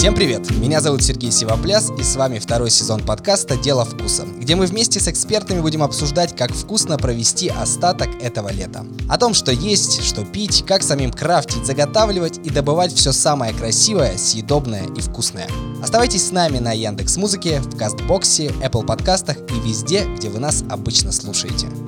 Всем привет! Меня зовут Сергей Сивопляс, и с вами второй сезон подкаста «Дело вкуса», где мы вместе с экспертами будем обсуждать, как вкусно провести остаток этого лета. О том, что есть, что пить, как самим крафтить, заготавливать и добывать все самое красивое, съедобное и вкусное. Оставайтесь с нами на Яндекс.Музыке, в Кастбоксе, Apple подкастах и везде, где вы нас обычно слушаете.